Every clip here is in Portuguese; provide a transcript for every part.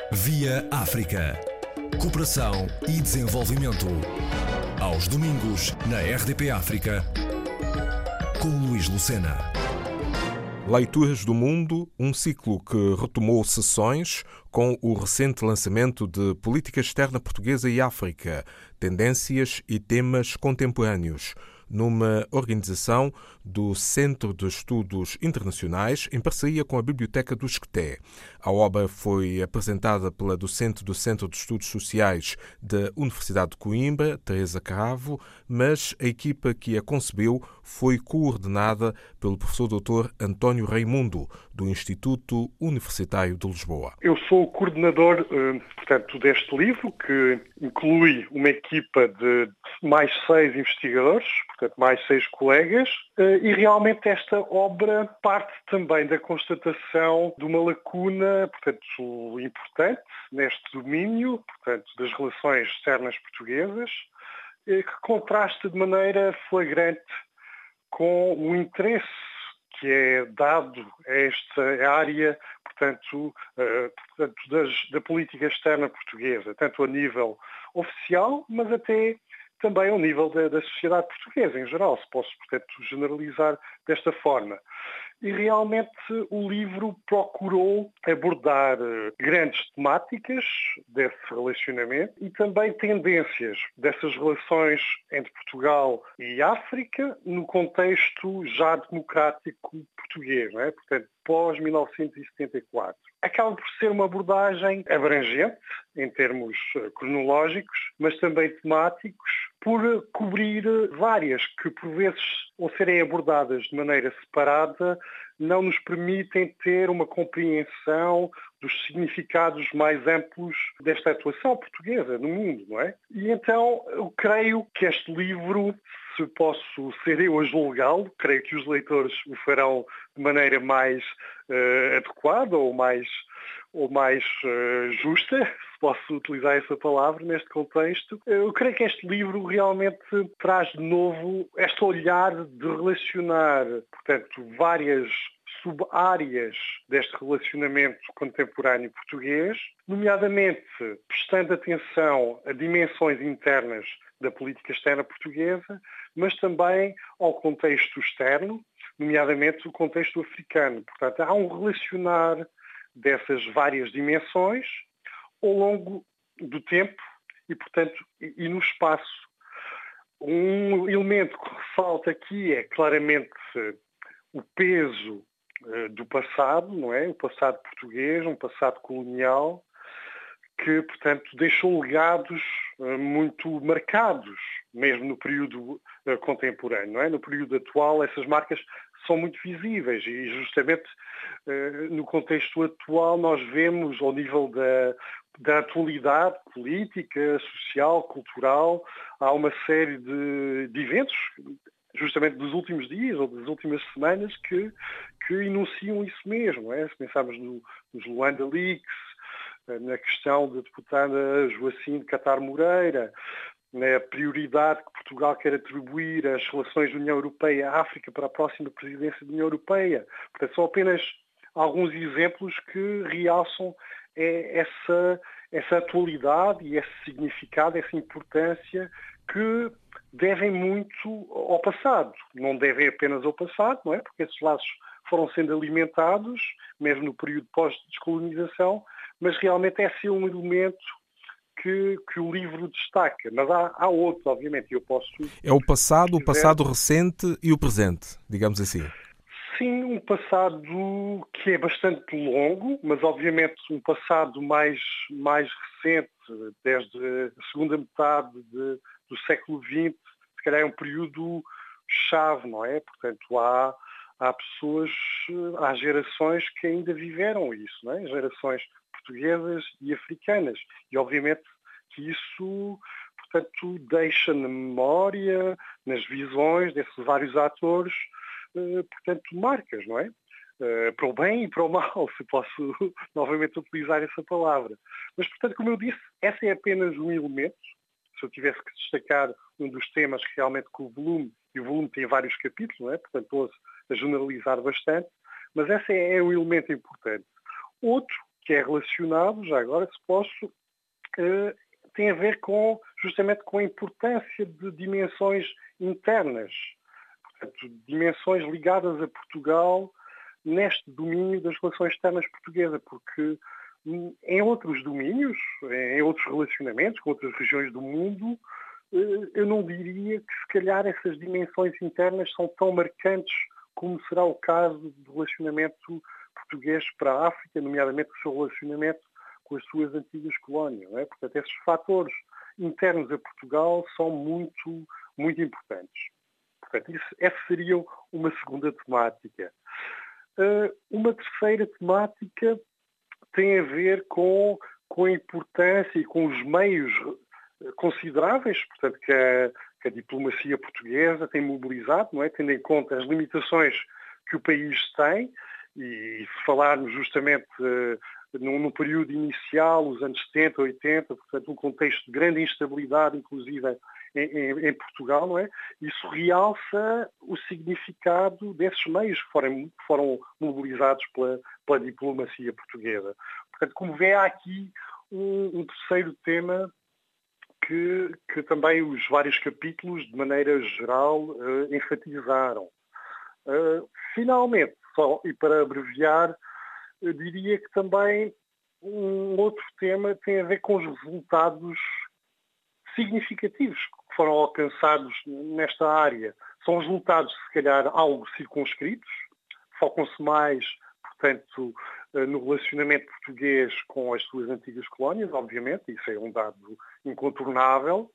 Via África. Cooperação e desenvolvimento. Aos domingos, na RDP África, com Luís Lucena. Leituras do Mundo, um ciclo que retomou sessões com o recente lançamento de Política Externa Portuguesa e África, Tendências e Temas Contemporâneos, numa organização do Centro de Estudos Internacionais em parceria com a Biblioteca do Esqueté. A obra foi apresentada pela docente do Centro de Estudos Sociais da Universidade de Coimbra, Teresa Cravo, mas a equipa que a concebeu foi coordenada pelo professor Dr. António Raimundo, do Instituto Universitário de Lisboa. Eu sou o coordenador, deste livro, que inclui uma equipa de mais 6 investigadores, mais 6 colegas, e realmente esta obra parte também da constatação de uma lacuna, importante neste domínio, das relações externas portuguesas, que contrasta de maneira flagrante com o interesse que é dado a esta área, da política externa portuguesa, tanto a nível oficial, mas até também ao nível da sociedade portuguesa em geral, se posso, generalizar desta forma. E realmente o livro procurou abordar grandes temáticas desse relacionamento e também tendências dessas relações entre Portugal e África no contexto já democrático português, não é? Pós-1974. Acaba por ser uma abordagem abrangente, em termos cronológicos, mas também temáticos, por cobrir várias que, por vezes, ao serem abordadas de maneira separada, não nos permitem ter uma compreensão dos significados mais amplos desta atuação portuguesa no mundo, não é? E então eu creio que este livro, se posso ser eu a julgá-lo, creio que os leitores o farão de maneira mais adequada ou mais justa, se posso utilizar essa palavra neste contexto. Eu creio que este livro realmente traz de novo este olhar de relacionar, várias sub-áreas deste relacionamento contemporâneo português, nomeadamente prestando atenção a dimensões internas da política externa portuguesa, mas também ao contexto externo, nomeadamente o contexto africano. Portanto, há um relacionar dessas várias dimensões ao longo do tempo e no espaço. Um elemento que ressalta aqui é claramente o peso do passado, não é? O passado português, um passado colonial, que, deixou legados muito marcados, mesmo no período contemporâneo, não é? No período atual, essas marcas são muito visíveis e, justamente, no contexto atual, nós vemos, ao nível da atualidade política, social, cultural, há uma série de eventos, justamente dos últimos dias ou das últimas semanas, que enunciam isso mesmo, não é? Se pensarmos nos Luanda Leaks, na questão da deputada Joacim de Catar Moreira, na prioridade que Portugal quer atribuir às relações da União Europeia-África para a próxima presidência da União Europeia. Portanto, são apenas alguns exemplos que realçam essa atualidade e esse significado, essa importância que devem muito ao passado. Não devem apenas ao passado, não é? Porque esses laços foram sendo alimentados, mesmo no período pós-descolonização, mas realmente esse é um elemento que o livro destaca. Mas há outros, obviamente, e eu posso... É o passado recente e o presente, digamos assim. Sim, um passado que é bastante longo, mas obviamente um passado mais recente, desde a segunda metade do século XX, se calhar é um período chave, não é? Portanto, há pessoas, há gerações que ainda viveram isso, não é? Gerações portuguesas e africanas. E obviamente que isso, deixa na memória, nas visões desses vários atores, marcas, não é? Para o bem e para o mal, se posso novamente utilizar essa palavra. Mas, como eu disse, esse é apenas um elemento. Se eu tivesse que destacar um dos temas que realmente com o volume, e o volume tem vários capítulos, não é? Portanto, estou a generalizar bastante, mas esse é um elemento importante. Outro que é relacionado, já agora se posso, tem a ver justamente com a importância de dimensões internas, portanto, dimensões ligadas a Portugal neste domínio das relações externas portuguesas, porque em outros domínios, em outros relacionamentos com outras regiões do mundo, eu não diria que se calhar essas dimensões internas são tão marcantes como será o caso do relacionamento português para a África, nomeadamente o seu relacionamento com as suas antigas colónias. Não é? Portanto, esses fatores internos a Portugal são muito, muito importantes. Portanto, essa seria uma segunda temática. Uma terceira temática tem a ver com a importância e com os meios consideráveis, portanto, que a diplomacia portuguesa tem mobilizado, não é? Tendo em conta as limitações que o país tem, e se falarmos justamente num período inicial, os anos 70, 80, portanto, um contexto de grande instabilidade, inclusive em Portugal, não é? Isso realça o significado desses meios que foram mobilizados pela diplomacia portuguesa. Portanto, como vê, há aqui um terceiro tema que também os vários capítulos, de maneira geral, enfatizaram. Finalmente, só e para abreviar, eu diria que também um outro tema tem a ver com os resultados significativos que foram alcançados nesta área. São resultados, se calhar, algo circunscritos, focam-se mais, portanto, no relacionamento português com as suas antigas colónias, obviamente, isso é um dado incontornável,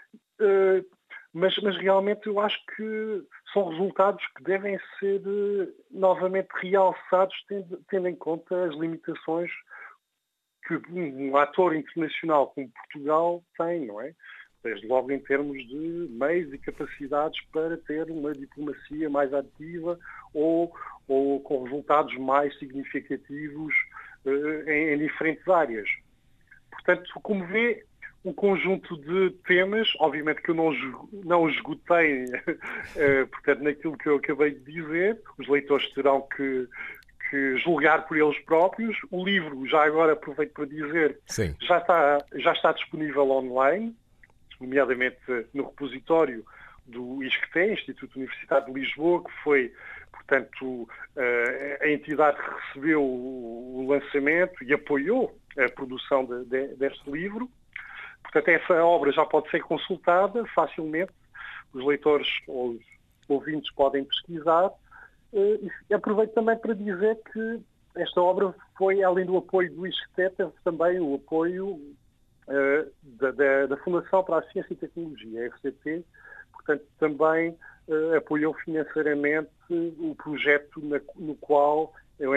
mas realmente eu acho que são resultados que devem ser novamente realçados, tendo em conta as limitações que um ator internacional como Portugal tem, não é? Desde logo em termos de meios e capacidades para ter uma diplomacia mais ativa ou com resultados mais significativos em diferentes áreas. Portanto, como vê, um conjunto de temas, obviamente que eu não esgotei, portanto, naquilo que eu acabei de dizer, os leitores terão que julgar por eles próprios. O livro, já agora aproveito para dizer, já está disponível online, nomeadamente no repositório do ISCTE, Instituto Universitário de Lisboa, que foi, portanto, a entidade que recebeu o lançamento e apoiou a produção deste livro. Portanto, essa obra já pode ser consultada facilmente, os leitores ou os ouvintes podem pesquisar. E aproveito também para dizer que esta obra foi, além do apoio do ISCTE, teve também o apoio da Fundação para a Ciência e Tecnologia, a FCT, portanto também apoiou financeiramente o projeto no qual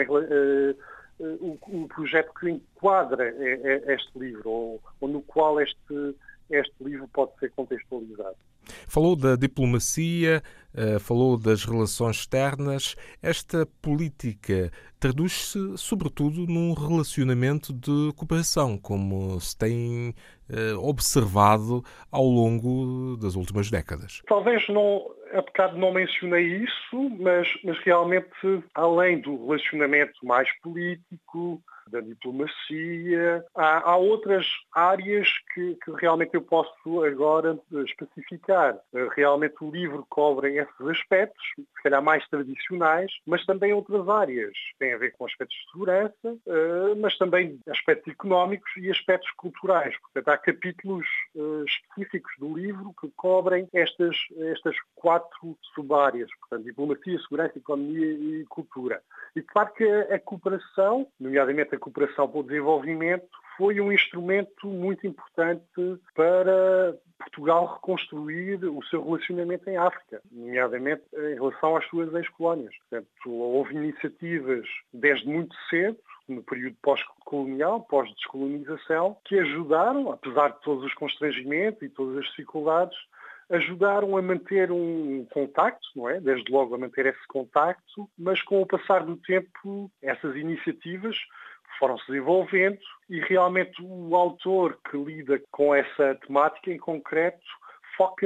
o projeto que enquadra este livro, ou no qual este livro pode ser contextualizado. Falou da diplomacia, falou das relações externas. Esta política traduz-se, sobretudo, num relacionamento de cooperação, como se tem observado ao longo das últimas décadas. Talvez há bocado não mencionei isso, mas realmente, além do relacionamento mais político, da diplomacia, há outras áreas que realmente eu posso agora especificar. Realmente o livro cobre esses aspectos, se calhar mais tradicionais, mas também outras áreas. Tem a ver com aspectos de segurança, mas também aspectos económicos e aspectos culturais. Portanto, há capítulos específicos do livro que cobrem estas 4 sub-áreas. Portanto, diplomacia, segurança, economia e cultura. E claro que a cooperação, nomeadamente a cooperação para o desenvolvimento, foi um instrumento muito importante para Portugal reconstruir o seu relacionamento em África, nomeadamente em relação às suas ex-colónias. Portanto, houve iniciativas desde muito cedo, no período pós-colonial, pós-descolonização, que ajudaram, apesar de todos os constrangimentos e todas as dificuldades, ajudaram a manter um contacto, não é? Desde logo a manter esse contacto, mas com o passar do tempo, essas iniciativas foram-se desenvolvendo e realmente o autor que lida com essa temática em concreto foca-se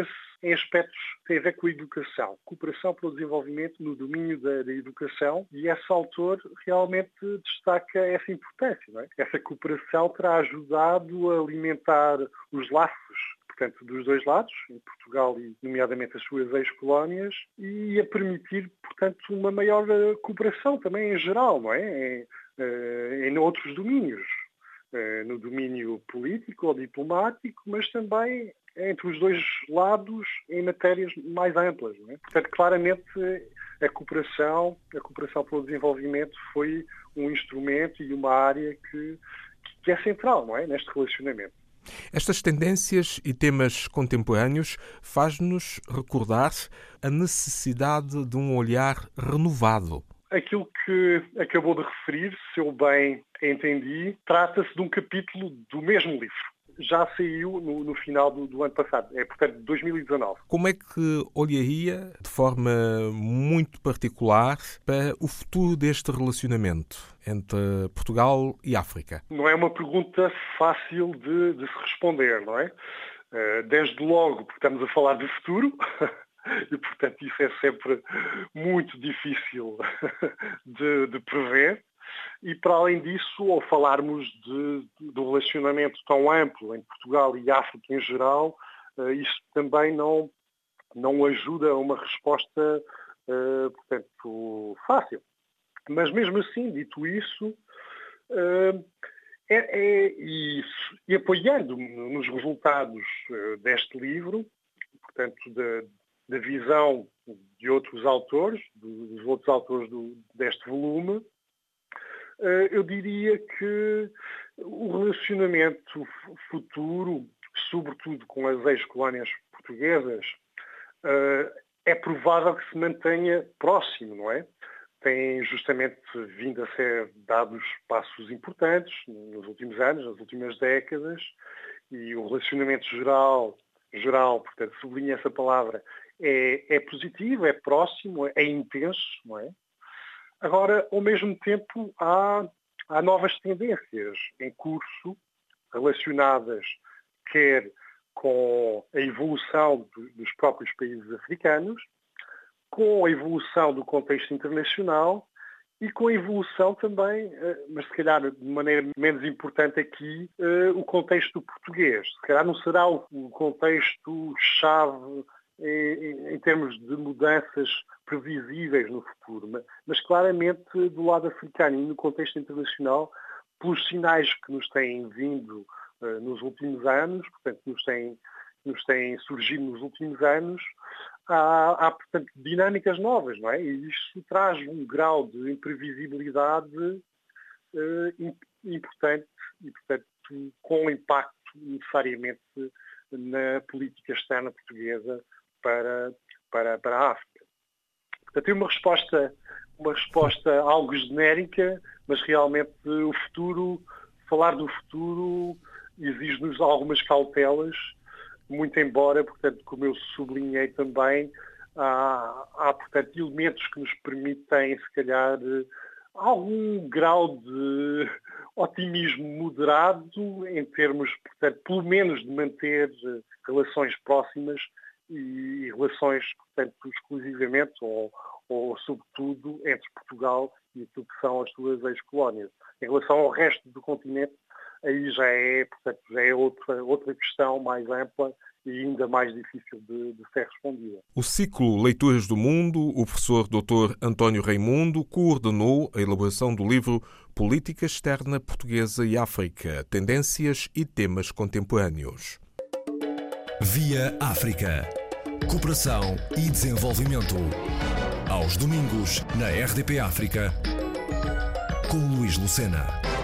em aspectos que têm a ver com a educação. Cooperação para o desenvolvimento no domínio da educação, e esse autor realmente destaca essa importância. Não é? Essa cooperação terá ajudado a alimentar os laços, portanto, dos dois lados, em Portugal e nomeadamente as suas ex-colónias, e a permitir, portanto, uma maior cooperação também em geral, não é? Em outros domínios, no domínio político ou diplomático, mas também entre os dois lados em matérias mais amplas. Não é? Portanto, claramente, a cooperação para o desenvolvimento foi um instrumento e uma área que é central, não é? Neste relacionamento. Estas tendências e temas contemporâneos faz-nos recordar a necessidade de um olhar renovado. Aquilo que acabou de referir, se eu bem entendi, trata-se de um capítulo do mesmo livro. Já saiu no final do ano passado, portanto, de 2019. Como é que olharia, de forma muito particular, para o futuro deste relacionamento entre Portugal e África? Não é uma pergunta fácil de se responder, não é? Desde logo, porque estamos a falar de futuro, e, portanto, isso é sempre muito difícil de prever. E, para além disso, ao falarmos do relacionamento tão amplo entre Portugal e África em geral, isso também não ajuda a uma resposta, portanto, fácil. Mas, mesmo assim, dito isso, e apoiando nos resultados deste livro, portanto, da visão de outros autores, dos outros autores deste volume, eu diria que o relacionamento futuro, sobretudo com as ex-colónias portuguesas, é provável que se mantenha próximo, não é? Tem justamente vindo a ser dados passos importantes nos últimos anos, nas últimas décadas, e o relacionamento geral, portanto, sublinho essa palavra, é positivo, é próximo, é intenso, não é? Agora, ao mesmo tempo, há novas tendências em curso relacionadas quer com a evolução dos próprios países africanos, com a evolução do contexto internacional e com a evolução também, mas se calhar de maneira menos importante aqui, o contexto português. Se calhar não será o contexto-chave em termos de mudanças previsíveis no futuro, mas claramente do lado africano e no contexto internacional, pelos sinais que nos têm vindo nos últimos anos, portanto, nos têm surgido nos últimos anos, há portanto, dinâmicas novas, não é? E isso traz um grau de imprevisibilidade importante e, portanto, com impacto necessariamente na política externa portuguesa para a África. Portanto, tem uma resposta algo genérica, mas realmente falar do futuro exige-nos algumas cautelas, muito embora, portanto, como eu sublinhei também, há portanto, elementos que nos permitem, se calhar, algum grau de otimismo moderado em termos, portanto, pelo menos de manter relações próximas e relações, portanto, exclusivamente ou sobretudo entre Portugal e aquilo que são as suas ex-colónias. Em relação ao resto do continente, aí já é outra questão mais ampla e ainda mais difícil de ser respondida. O ciclo Leituras do Mundo, o professor Dr. António Raimundo coordenou a elaboração do livro Política Externa Portuguesa e África, Tendências e Temas Contemporâneos. Via África. Cooperação e desenvolvimento. Aos domingos, na RDP África, com Luís Lucena.